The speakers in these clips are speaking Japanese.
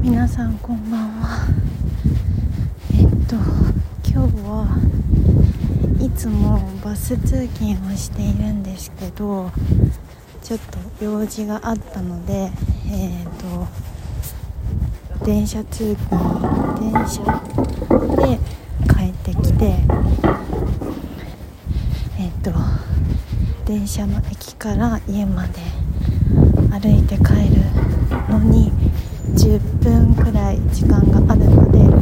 皆さんこんばんは。今日はいつもバス通勤をしているんですけど、ちょっと用事があったので、電車で帰ってきて、電車の駅から家まで歩いて帰るのに10分くらい時間があるので、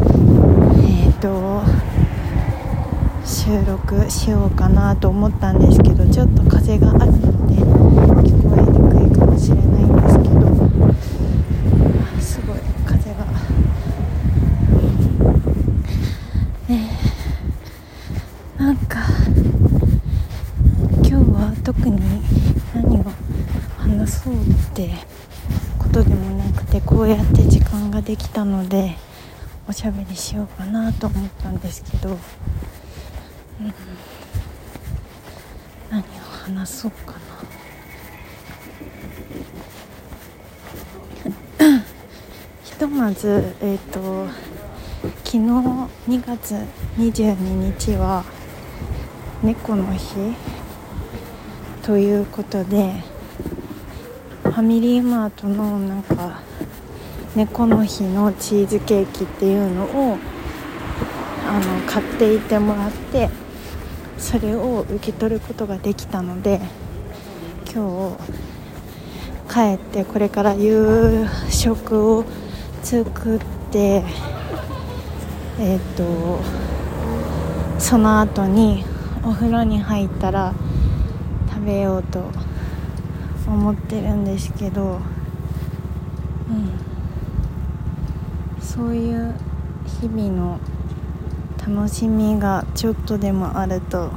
収録しようかなと思ったんですけど、ちょっと風があるので聞こえにくいかもしれないんですけど、すごい風が、なんか今日は特に何を話そうってことでもなくて、こうやって時間ができたのでおしゃべりしようかなと思ったんですけど、何を話そうかな。ひとまず、昨日2月22日は猫の日ということで、ファミリーマートの猫の日のチーズケーキっていうのを買っていてもらって、それを受け取ることができたので、今日帰ってこれから夕食を作って、その後にお風呂に入ったら食べようと思ってるんですけど、そういう日々の楽しみがちょっとでもあると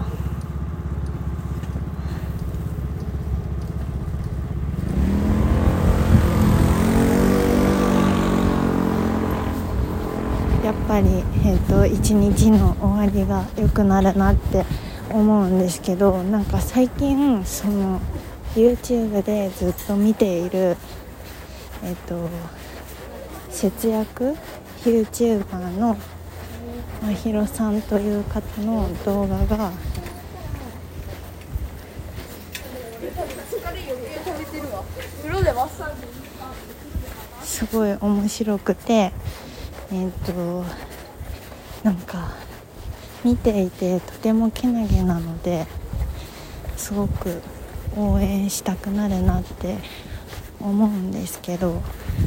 やっぱり、一日の終わりが良くなるなって思うんですけど、最近その YouTube でずっと見ている節約 YouTuber のまひろさんという方の動画がすごい面白くて、見ていてとてもけなげなので、すごく応援したくなるなって思うんですけど、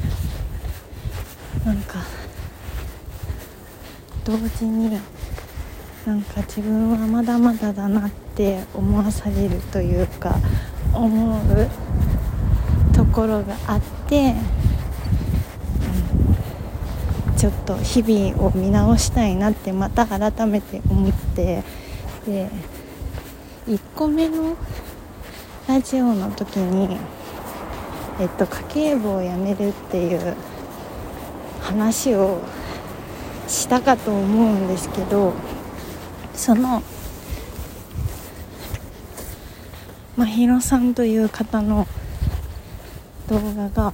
同時に自分はまだまだだなって思わされるというか、思うところがあって、ちょっと日々を見直したいなってまた改めて思って、で1個目のラジオの時に、家計簿をやめるっていう話をしたかと思うんですけど、そのまひろさんという方の動画が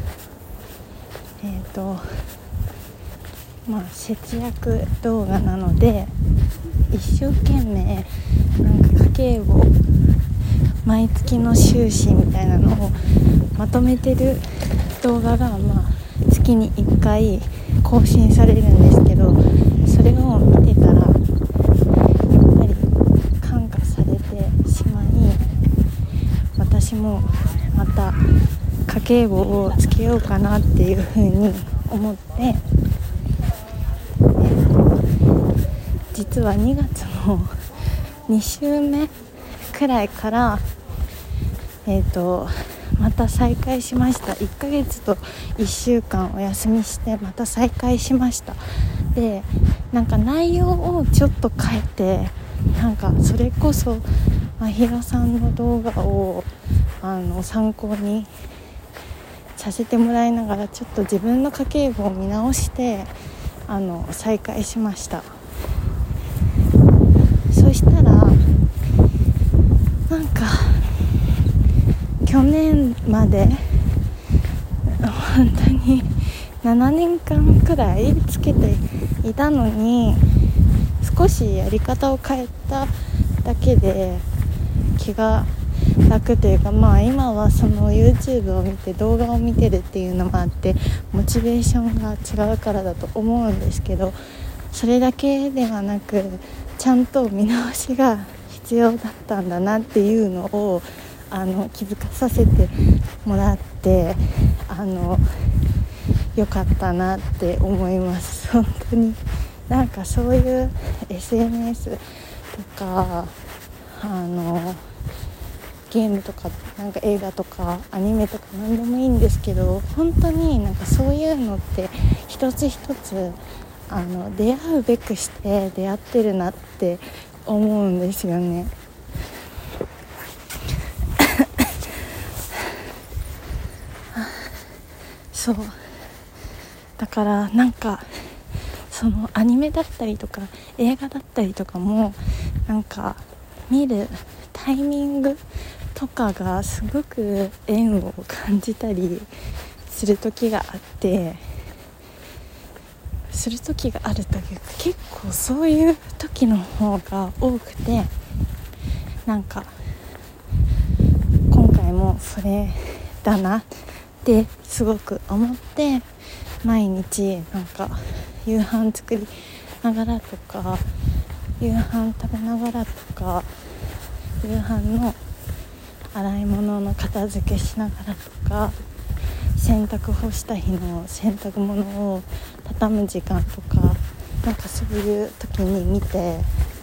節約動画なので、一生懸命家計簿、毎月の収支みたいなのをまとめてる動画が月に1回更新されるんですけど、それを見てたらやっぱり感化されてしまい、私もまた家計簿をつけようかなっていうふうに思って、実は2月の2週目くらいからまた再開しました。1ヶ月と1週間お休みしてまた再開しました。で内容をちょっと変えて、それこそまひろさんの動画を参考にさせてもらいながら、ちょっと自分の家計簿を見直して再開しました。そしたら去年まで本当に 7年間くらいつけていたのに、少しやり方を変えただけで気が楽というか、今はその YouTube を見て動画を見てるっていうのもあってモチベーションが違うからだと思うんですけど、それだけではなくちゃんと見直しが必要だったんだなっていうのを気づかさせてもらってよかったなって思います。本当になんかそういう SNS とかゲームとかなんか映画とかアニメとか何でもいいんですけど、本当になんかそういうのって一つ一つ出会うべくして出会ってるなって思うんですよね。そうだからなんかそのアニメだったりとか映画だったりとかもなんか見るタイミングとかがすごく縁を感じたりする時があるというか、結構そういう時の方が多くて、なんか今回もそれだなってすごく思って、毎日なんか夕飯作りながらとか夕飯食べながらとか夕飯の洗い物の片付けしながらとか洗濯干した日の洗濯物を畳む時間とか、なんかそういう時に見て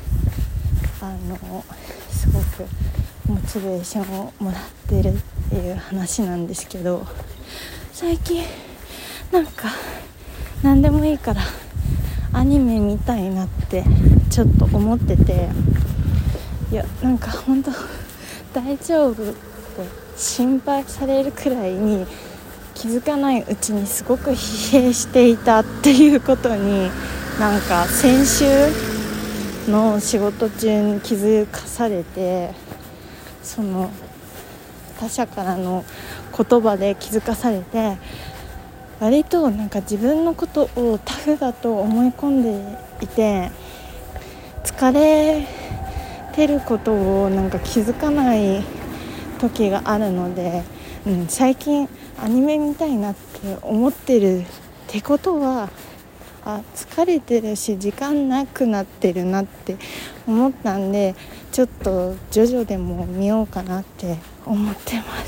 すごくモチベーションをもらってるっていう話なんですけど、最近なんか何でもいいからアニメ見たいなってちょっと思ってて、いやなんか本当大丈夫って心配されるくらいに気づかないうちにすごく疲弊していたっていうことに、なんか先週の仕事中に気づかされて、その他者からの言葉で気づかされて、割となんか自分のことをタフだと思い込んでいて疲れてることをなんか気づかない時があるので、最近アニメ見たいなって思ってるってことは疲れてるし時間なくなってるなって思ったんで、ちょっとジョジョでも見ようかなって思ってます。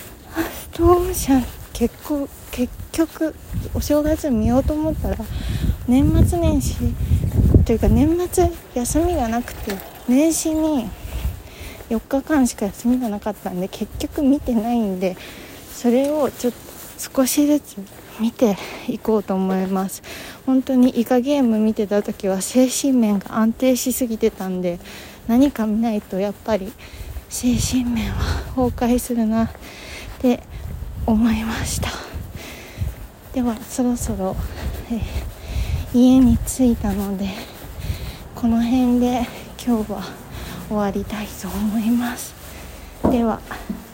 結局お正月見ようと思ったら年末年始というか年末休みがなくて、年始に4日間しか休みがなかったんで結局見てないんで、それをちょっと少しずつ見ていこうと思います。本当にイカゲーム見てた時は精神面が安定しすぎてたんで、何か見ないとやっぱり精神面は崩壊するなって思いました。ではそろそろ、家に着いたのでこの辺で今日は終わりたいと思います。では。